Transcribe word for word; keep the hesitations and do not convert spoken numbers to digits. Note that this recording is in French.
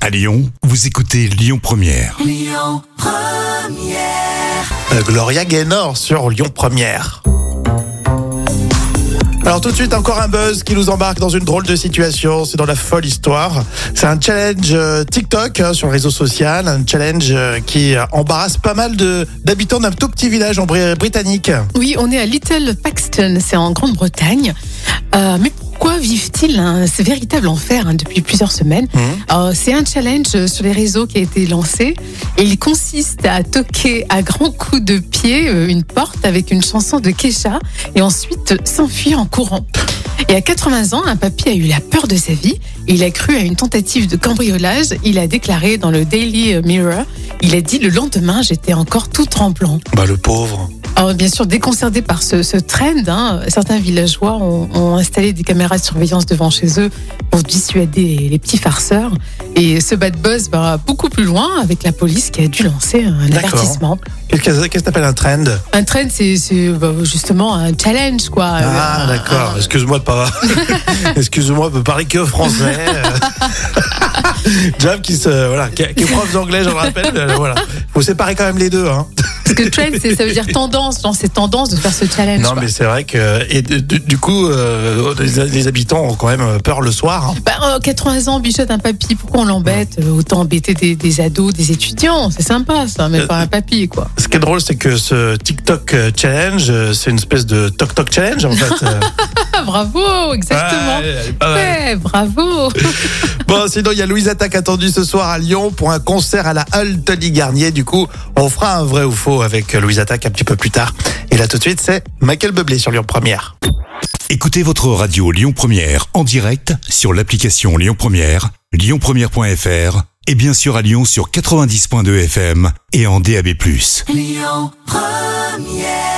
À Lyon, vous écoutez Lyon Première. Lyon Première. Euh, Gloria Gaynor sur Lyon Première. Alors tout de suite, encore un buzz qui nous embarque dans une drôle de situation. C'est dans la folle histoire. C'est un challenge euh, TikTok hein, sur le réseau social. Un challenge euh, qui euh, embarrasse pas mal de, d'habitants d'un tout petit village en Bri- britannique. Oui, on est à Little Paxton, c'est en Grande-Bretagne. Euh, mais pourquoi vivent-ils un ce véritable enfer hein, depuis plusieurs semaines Mmh. euh, C'est un challenge sur les réseaux qui a été lancé. Et il consiste à toquer à grands coups de pied euh, une porte avec une chanson de Kesha et ensuite s'enfuir en courant. Et à quatre-vingts ans, un papy a eu la peur de sa vie. Il a cru à une tentative de cambriolage. Il a déclaré dans le Daily Mirror, il a dit le lendemain, j'étais encore tout tremblant. Bah le pauvre. Alors, bien sûr, déconcertés par ce, ce trend, hein, certains villageois ont, ont installé des caméras de surveillance devant chez eux pour dissuader les, les petits farceurs. Et ce bad buzz va beaucoup plus loin avec la police qui a dû lancer un D'accord. avertissement. Qu'est-ce que qu'est-ce que t'appelles un trend? Un trend, c'est, c'est bah, justement un challenge, quoi. Ah Un- d'accord. un- Excuse-moi de pas. Excuse-moi de parler que français. Jam qui se voilà, qui, qui est prof d'anglais, je le rappelle. euh, voilà. Faut séparer quand même les deux, hein. Parce que trend, c'est, ça veut dire tendance. Genre, c'est tendance de faire ce challenge. Non, quoi. mais c'est vrai que et du, du- du coup, euh, les, les habitants ont quand même peur le soir. Hein. Bah, euh, quatre-vingts ans, bichotte un papy, pourquoi on l'embête Euh, Autant embêter des, des ados, des étudiants, c'est sympa ça, mais Euh, pas un papy, quoi. Ce qui est drôle, c'est que ce TikTok euh, challenge, euh, c'est une espèce de toc toc challenge en fait. Euh, Ah, bravo, exactement. ouais, elle est pas mal. Ouais, bravo. Bon, sinon il y a Louise Attaque attendue ce soir à Lyon pour un concert à la Halle Tony Garnier. Du coup, on fera un vrai ou faux avec Louise Attaque un petit peu plus tard. Et là tout de suite, c'est Michael Bublé sur Lyon Première. Écoutez votre radio Lyon Première en direct sur l'application Lyon Première, lyon première point f r et bien sûr à Lyon sur quatre-vingt-dix point deux F M et en D A B plus. Lyon Première.